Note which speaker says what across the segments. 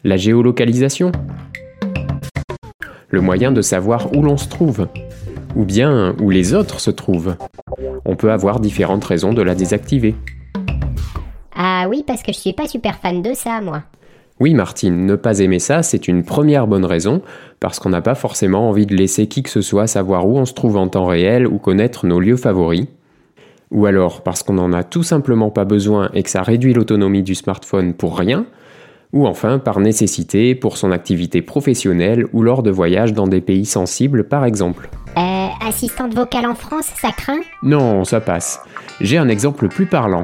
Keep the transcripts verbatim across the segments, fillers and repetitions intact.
Speaker 1: La géolocalisation ? Le moyen de savoir où l'on se trouve, ou bien où les autres se trouvent. On peut avoir différentes raisons de la désactiver.
Speaker 2: Ah oui, parce que je suis pas super fan de ça, moi.
Speaker 1: Oui Martine, ne pas aimer ça, c'est une première bonne raison, parce qu'on n'a pas forcément envie de laisser qui que ce soit savoir où on se trouve en temps réel ou connaître nos lieux favoris. Ou alors parce qu'on n'en a tout simplement pas besoin et que ça réduit l'autonomie du smartphone pour rien. Ou enfin par nécessité pour son activité professionnelle ou lors de voyages dans des pays sensibles par exemple.
Speaker 2: Euh, assistante vocale en France, ça craint ?
Speaker 1: Non, ça passe. J'ai un exemple plus parlant.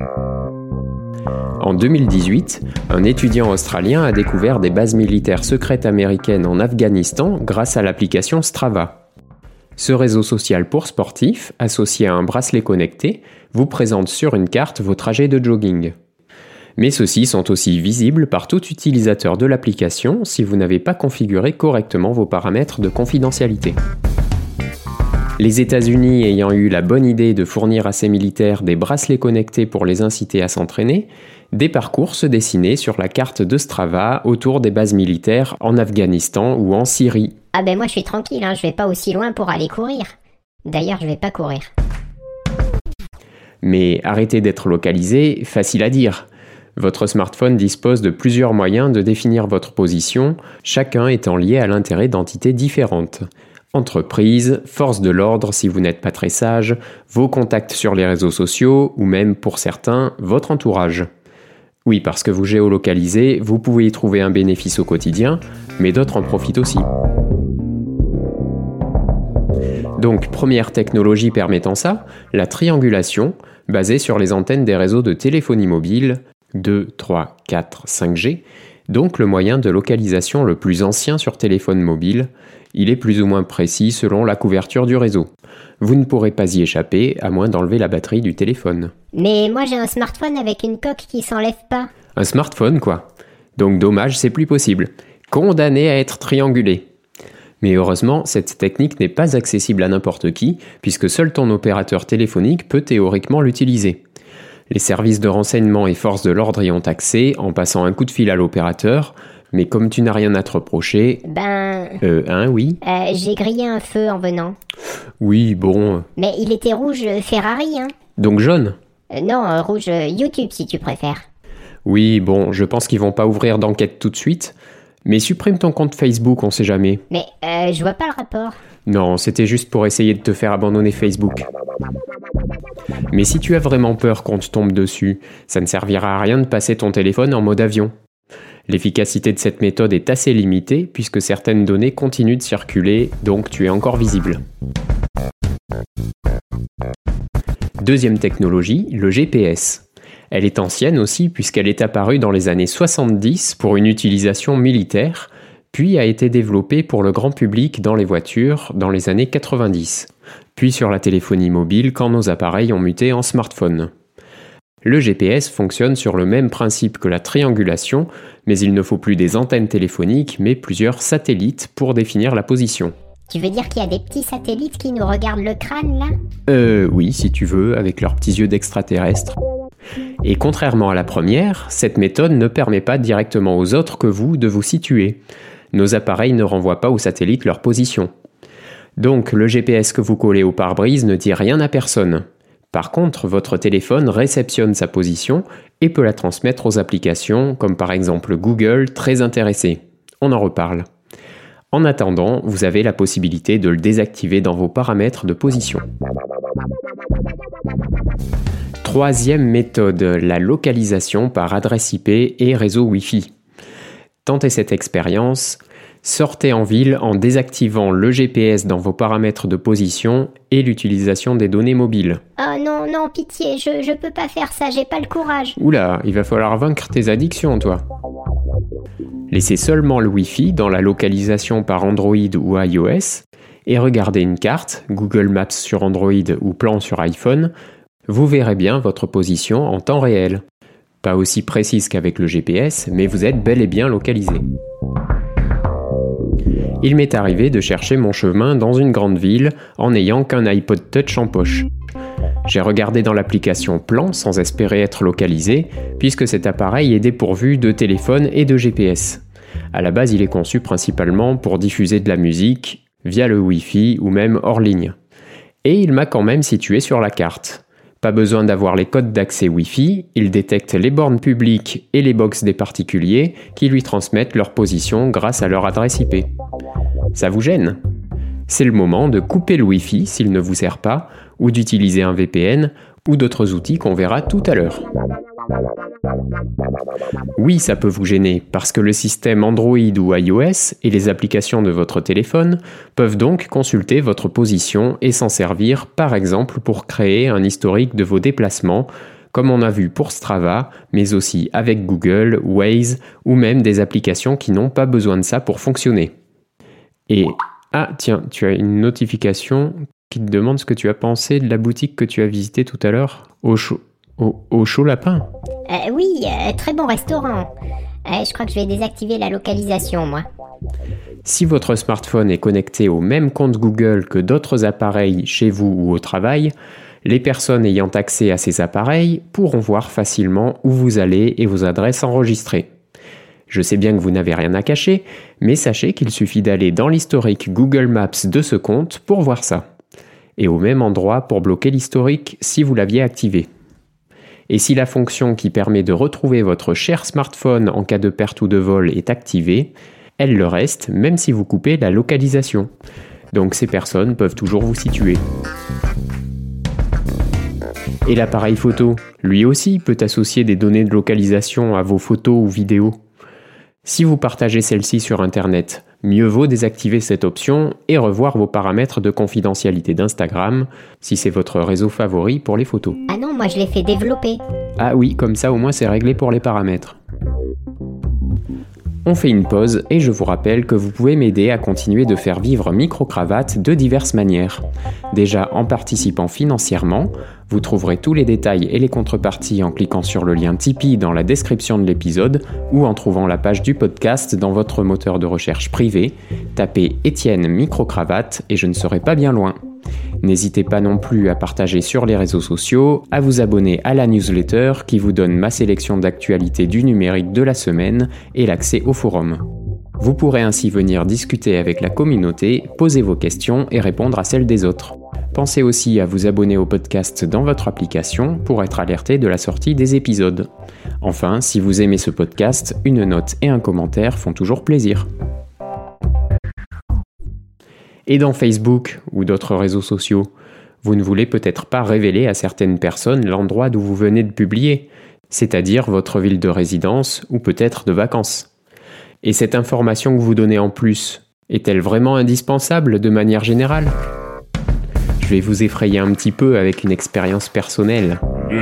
Speaker 1: En deux mille dix-huit, un étudiant australien a découvert des bases militaires secrètes américaines en Afghanistan grâce à l'application Strava. Ce réseau social pour sportifs, associé à un bracelet connecté, vous présente sur une carte vos trajets de jogging. Mais ceux-ci sont aussi visibles par tout utilisateur de l'application si vous n'avez pas configuré correctement vos paramètres de confidentialité. Les États-Unis ayant eu la bonne idée de fournir à ces militaires des bracelets connectés pour les inciter à s'entraîner, des parcours se dessinaient sur la carte de Strava autour des bases militaires en Afghanistan ou en Syrie.
Speaker 2: Ah ben moi je suis tranquille, hein, je vais pas aussi loin pour aller courir. D'ailleurs je vais pas courir.
Speaker 1: Mais arrêtez d'être localisé, facile à dire. Votre smartphone dispose de plusieurs moyens de définir votre position, chacun étant lié à l'intérêt d'entités différentes. Entreprise, force de l'ordre si vous n'êtes pas très sage, vos contacts sur les réseaux sociaux ou même pour certains, votre entourage. Oui, parce que vous géolocalisez, vous pouvez y trouver un bénéfice au quotidien, mais d'autres en profitent aussi. Donc, première technologie permettant ça, la triangulation, basée sur les antennes des réseaux de téléphonie mobile, deux, trois, quatre, cinq G, donc le moyen de localisation le plus ancien sur téléphone mobile. Il est plus ou moins précis selon la couverture du réseau. Vous ne pourrez pas y échapper, à moins d'enlever la batterie du téléphone.
Speaker 2: Mais moi j'ai un smartphone avec une coque qui s'enlève pas.
Speaker 1: Un smartphone, quoi. Donc dommage, c'est plus possible. Condamné à être triangulé. Mais heureusement, cette technique n'est pas accessible à n'importe qui, puisque seul ton opérateur téléphonique peut théoriquement l'utiliser. Les services de renseignement et forces de l'ordre y ont accès en passant un coup de fil à l'opérateur, mais comme tu n'as rien à te reprocher...
Speaker 2: Ben...
Speaker 1: Euh, hein, oui
Speaker 2: euh, J'ai grillé un feu en venant.
Speaker 1: Oui, bon...
Speaker 2: Mais il était rouge Ferrari, hein.
Speaker 1: Donc jaune
Speaker 2: euh, Non, euh, rouge YouTube si tu préfères.
Speaker 1: Oui, bon, je pense qu'ils vont pas ouvrir d'enquête tout de suite, mais supprime ton compte Facebook, on sait jamais.
Speaker 2: Mais euh, je vois pas le rapport.
Speaker 1: Non, c'était juste pour essayer de te faire abandonner Facebook. Mais si tu as vraiment peur qu'on te tombe dessus, ça ne servira à rien de passer ton téléphone en mode avion. L'efficacité de cette méthode est assez limitée puisque certaines données continuent de circuler, donc tu es encore visible. Deuxième technologie, le G P S. Elle est ancienne aussi puisqu'elle est apparue dans les années soixante-dix pour une utilisation militaire, puis a été développée pour le grand public dans les voitures dans les années quatre-vingt-dix, puis sur la téléphonie mobile quand nos appareils ont muté en smartphone. Le G P S fonctionne sur le même principe que la triangulation, mais il ne faut plus des antennes téléphoniques, mais plusieurs satellites pour définir la position.
Speaker 2: Tu veux dire qu'il y a des petits satellites qui nous regardent le crâne, là ?
Speaker 1: Euh, oui, si tu veux, avec leurs petits yeux d'extraterrestres. Et contrairement à la première, cette méthode ne permet pas directement aux autres que vous de vous situer. Nos appareils ne renvoient pas aux satellites leur position. Donc, le G P S que vous collez au pare-brise ne dit rien à personne. Par contre, votre téléphone réceptionne sa position et peut la transmettre aux applications, comme par exemple Google, très intéressé. On en reparle. En attendant, vous avez la possibilité de le désactiver dans vos paramètres de position. Troisième méthode, la localisation par adresse I P et réseau Wi-Fi. Tentez cette expérience. Sortez en ville en désactivant le G P S dans vos paramètres de position et l'utilisation des données mobiles.
Speaker 2: Oh non, non, pitié, je, je peux pas faire ça, j'ai pas le courage.
Speaker 1: Oula, il va falloir vaincre tes addictions, toi. Laissez seulement le Wi-Fi dans la localisation par Android ou iOS et regardez une carte, Google Maps sur Android ou Plan sur iPhone, vous verrez bien votre position en temps réel. Pas aussi précise qu'avec le G P S, mais vous êtes bel et bien localisé. Il m'est arrivé de chercher mon chemin dans une grande ville en n'ayant qu'un iPod Touch en poche. J'ai regardé dans l'application Plan sans espérer être localisé, puisque cet appareil est dépourvu de téléphone et de G P S. À la base, il est conçu principalement pour diffuser de la musique via le Wi-Fi ou même hors ligne. Et il m'a quand même situé sur la carte. Pas besoin d'avoir les codes d'accès Wi-Fi, il détecte les bornes publiques et les box des particuliers qui lui transmettent leur position grâce à leur adresse I P. Ça vous gêne ? C'est le moment de couper le Wi-Fi s'il ne vous sert pas, ou d'utiliser un V P N ou d'autres outils qu'on verra tout à l'heure. Oui, ça peut vous gêner, parce que le système Android ou iOS et les applications de votre téléphone peuvent donc consulter votre position et s'en servir, par exemple, pour créer un historique de vos déplacements, comme on a vu pour Strava, mais aussi avec Google, Waze, ou même des applications qui n'ont pas besoin de ça pour fonctionner. Et, ah tiens, tu as une notification qui te demande ce que tu as pensé de la boutique que tu as visitée tout à l'heure, au chaud. Au, au chaud lapin.
Speaker 2: Euh, oui, euh, très bon restaurant. Euh, je crois que je vais désactiver la localisation, moi.
Speaker 1: Si votre smartphone est connecté au même compte Google que d'autres appareils chez vous ou au travail, les personnes ayant accès à ces appareils pourront voir facilement où vous allez et vos adresses enregistrées. Je sais bien que vous n'avez rien à cacher, mais sachez qu'il suffit d'aller dans l'historique Google Maps de ce compte pour voir ça. Et au même endroit pour bloquer l'historique si vous l'aviez activé. Et si la fonction qui permet de retrouver votre cher smartphone en cas de perte ou de vol est activée, elle le reste même si vous coupez la localisation. Donc ces personnes peuvent toujours vous situer. Et l'appareil photo, lui aussi peut associer des données de localisation à vos photos ou vidéos. Si vous partagez celle-ci sur Internet, mieux vaut désactiver cette option et revoir vos paramètres de confidentialité d'Instagram, si c'est votre réseau favori pour les photos.
Speaker 2: Ah non, moi je l'ai fait développer.
Speaker 1: Ah oui, comme ça au moins c'est réglé pour les paramètres. On fait une pause et je vous rappelle que vous pouvez m'aider à continuer de faire vivre Microcravate de diverses manières. Déjà en participant financièrement, vous trouverez tous les détails et les contreparties en cliquant sur le lien Tipeee dans la description de l'épisode ou en trouvant la page du podcast dans votre moteur de recherche privé. Tapez Étienne Microcravate et je ne serai pas bien loin. N'hésitez pas non plus à partager sur les réseaux sociaux, à vous abonner à la newsletter qui vous donne ma sélection d'actualités du numérique de la semaine et l'accès au forum. Vous pourrez ainsi venir discuter avec la communauté, poser vos questions et répondre à celles des autres. Pensez aussi à vous abonner au podcast dans votre application pour être alerté de la sortie des épisodes. Enfin, si vous aimez ce podcast, une note et un commentaire font toujours plaisir. Et dans Facebook ou d'autres réseaux sociaux, vous ne voulez peut-être pas révéler à certaines personnes l'endroit d'où vous venez de publier, c'est-à-dire votre ville de résidence ou peut-être de vacances. Et cette information que vous donnez en plus, est-elle vraiment indispensable de manière générale ? Je vais vous effrayer un petit peu avec une expérience personnelle.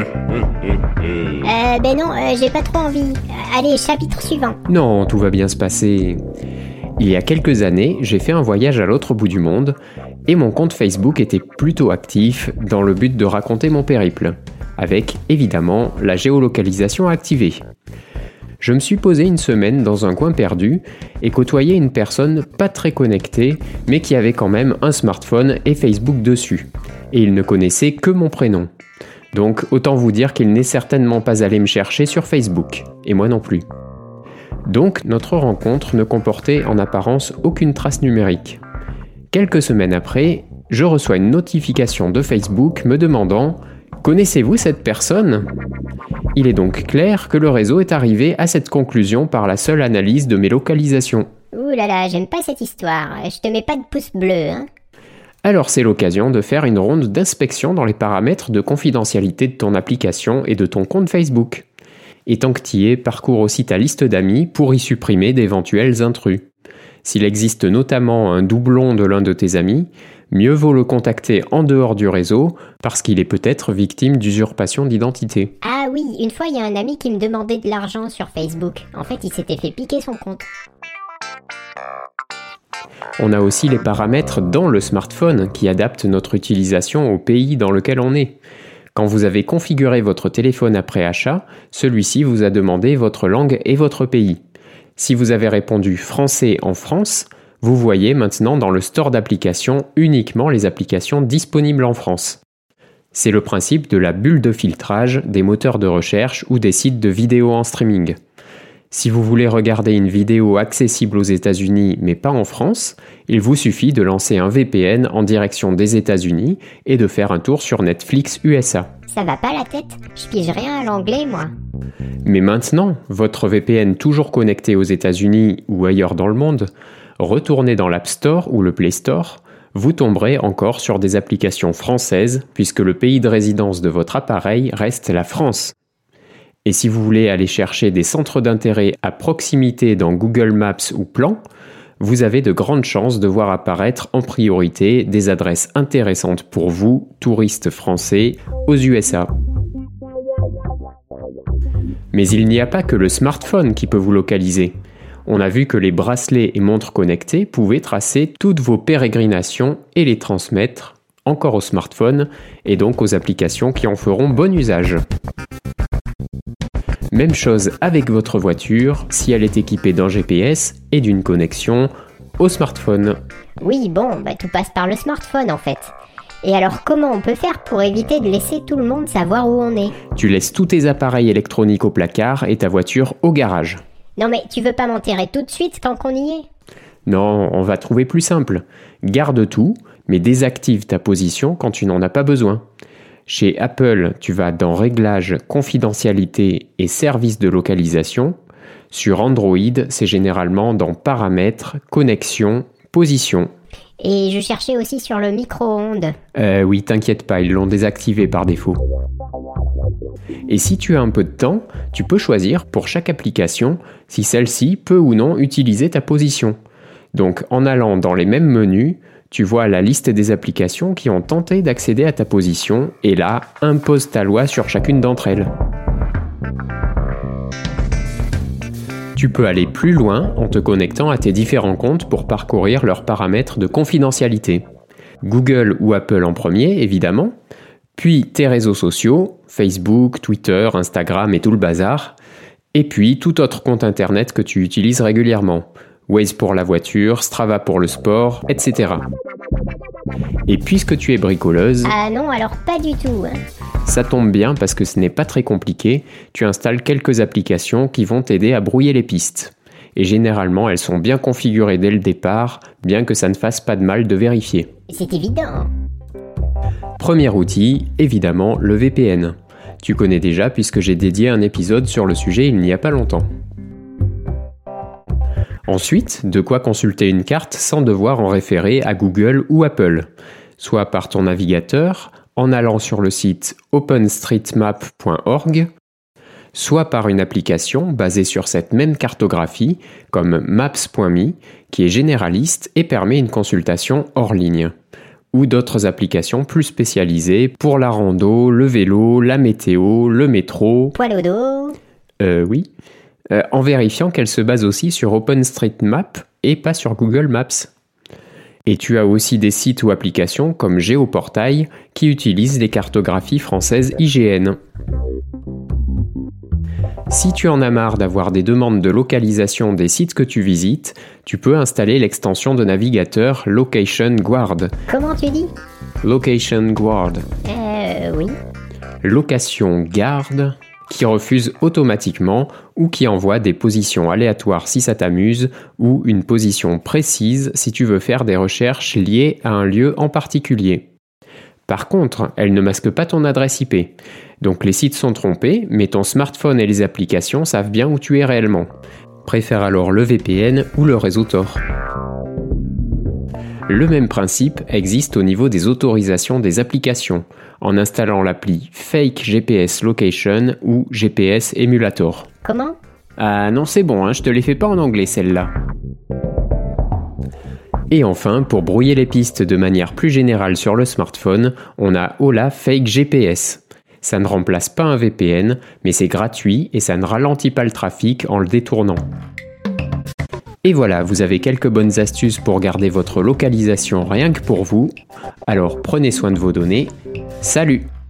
Speaker 2: Euh, ben non, euh, j'ai pas trop envie. Allez, chapitre suivant.
Speaker 1: Non, tout va bien se passer. Il y a quelques années, j'ai fait un voyage à l'autre bout du monde et mon compte Facebook était plutôt actif dans le but de raconter mon périple, avec évidemment la géolocalisation activée. Je me suis posé une semaine dans un coin perdu et côtoyé une personne pas très connectée mais qui avait quand même un smartphone et Facebook dessus. Et il ne connaissait que mon prénom. Donc autant vous dire qu'il n'est certainement pas allé me chercher sur Facebook, et moi non plus. Donc notre rencontre ne comportait en apparence aucune trace numérique. Quelques semaines après, je reçois une notification de Facebook me demandant « Connaissez-vous cette personne ?» Il est donc clair que le réseau est arrivé à cette conclusion par la seule analyse de mes localisations.
Speaker 2: Ouh là là, j'aime pas cette histoire, je te mets pas de pouce bleu, hein.
Speaker 1: Alors c'est l'occasion de faire une ronde d'inspection dans les paramètres de confidentialité de ton application et de ton compte Facebook. Et tant que t'y es, parcours aussi ta liste d'amis pour y supprimer d'éventuels intrus. S'il existe notamment un doublon de l'un de tes amis, mieux vaut le contacter en dehors du réseau parce qu'il est peut-être victime d'usurpation d'identité.
Speaker 2: Ah oui, une fois il y a un ami qui me demandait de l'argent sur Facebook. En fait, il s'était fait piquer son compte.
Speaker 1: On a aussi les paramètres dans le smartphone qui adaptent notre utilisation au pays dans lequel on est. Quand vous avez configuré votre téléphone après achat, celui-ci vous a demandé votre langue et votre pays. Si vous avez répondu « Français en France », vous voyez maintenant dans le store d'applications uniquement les applications disponibles en France. C'est le principe de la bulle de filtrage des moteurs de recherche ou des sites de vidéos en streaming. Si vous voulez regarder une vidéo accessible aux États-Unis mais pas en France, il vous suffit de lancer un V P N en direction des États-Unis et de faire un tour sur Netflix U S A.
Speaker 2: Ça va pas la tête? Je pige rien à l'anglais, moi.
Speaker 1: Mais maintenant, votre V P N toujours connecté aux États-Unis ou ailleurs dans le monde, retournez dans l'App Store ou le Play Store, vous tomberez encore sur des applications françaises puisque le pays de résidence de votre appareil reste la France. Et si vous voulez aller chercher des centres d'intérêt à proximité dans Google Maps ou Plan, vous avez de grandes chances de voir apparaître en priorité des adresses intéressantes pour vous, touristes français, aux U S A. Mais il n'y a pas que le smartphone qui peut vous localiser. On a vu que les bracelets et montres connectés pouvaient tracer toutes vos pérégrinations et les transmettre encore au smartphone et donc aux applications qui en feront bon usage. Même chose avec votre voiture si elle est équipée d'un G P S et d'une connexion au smartphone.
Speaker 2: Oui, bon, bah tout passe par le smartphone en fait. Et alors comment on peut faire pour éviter de laisser tout le monde savoir où on est?
Speaker 1: Tu laisses tous tes appareils électroniques au placard et ta voiture au garage.
Speaker 2: Non mais tu veux pas m'enterrer tout de suite tant qu'on y est?
Speaker 1: Non, on va trouver plus simple. Garde tout, mais désactive ta position quand tu n'en as pas besoin. Chez Apple, tu vas dans Réglages, confidentialité et services de localisation. Sur Android, c'est généralement dans Paramètres, connexion, position.
Speaker 2: Et je cherchais aussi sur le micro-ondes.
Speaker 1: Euh, oui, t'inquiète pas, ils l'ont désactivé par défaut. Et si tu as un peu de temps, tu peux choisir pour chaque application si celle-ci peut ou non utiliser ta position. Donc en allant dans les mêmes menus, tu vois la liste des applications qui ont tenté d'accéder à ta position et là, impose ta loi sur chacune d'entre elles. Tu peux aller plus loin en te connectant à tes différents comptes pour parcourir leurs paramètres de confidentialité. Google ou Apple en premier, évidemment, puis tes réseaux sociaux, Facebook, Twitter, Instagram et tout le bazar, et puis tout autre compte internet que tu utilises régulièrement. Waze pour la voiture, Strava pour le sport, et cetera. Et puisque tu es bricoleuse...
Speaker 2: Ah non, alors pas du tout.
Speaker 1: Ça tombe bien parce que ce n'est pas très compliqué, tu installes quelques applications qui vont t'aider à brouiller les pistes. Et généralement, elles sont bien configurées dès le départ, bien que ça ne fasse pas de mal de vérifier.
Speaker 2: C'est évident.
Speaker 1: Premier outil, évidemment, le V P N. Tu connais déjà puisque j'ai dédié un épisode sur le sujet il n'y a pas longtemps. Ensuite, de quoi consulter une carte sans devoir en référer à Google ou Apple, soit par ton navigateur, en allant sur le site openstreetmap point org, soit par une application basée sur cette même cartographie, comme maps point me, qui est généraliste et permet une consultation hors ligne, ou d'autres applications plus spécialisées pour la rando, le vélo, la météo, le métro...
Speaker 2: Poil au dos...
Speaker 1: Euh, oui... Euh, en vérifiant qu'elle se base aussi sur OpenStreetMap et pas sur Google Maps. Et tu as aussi des sites ou applications comme Géoportail qui utilisent les cartographies françaises I G N. Si tu en as marre d'avoir des demandes de localisation des sites que tu visites, tu peux installer l'extension de navigateur Location Guard.
Speaker 2: Comment tu dis?
Speaker 1: Location Guard.
Speaker 2: Euh, oui.
Speaker 1: Location garde, qui refuse automatiquement ou qui envoie des positions aléatoires si ça t'amuse ou une position précise si tu veux faire des recherches liées à un lieu en particulier. Par contre, elle ne masque pas ton adresse I P. Donc les sites sont trompés, mais ton smartphone et les applications savent bien où tu es réellement. Préfère alors le V P N ou le réseau Tor. Le même principe existe au niveau des autorisations des applications, en installant l'appli Fake G P S Location ou G P S Emulator.
Speaker 2: Comment?
Speaker 1: Ah non, c'est bon, hein, je te les fais pas en anglais celle-là. Et enfin, pour brouiller les pistes de manière plus générale sur le smartphone, on a Ola Fake G P S. Ça ne remplace pas un V P N, mais c'est gratuit et ça ne ralentit pas le trafic en le détournant. Et voilà, vous avez quelques bonnes astuces pour garder votre localisation rien que pour vous. Alors prenez soin de vos données. Salut!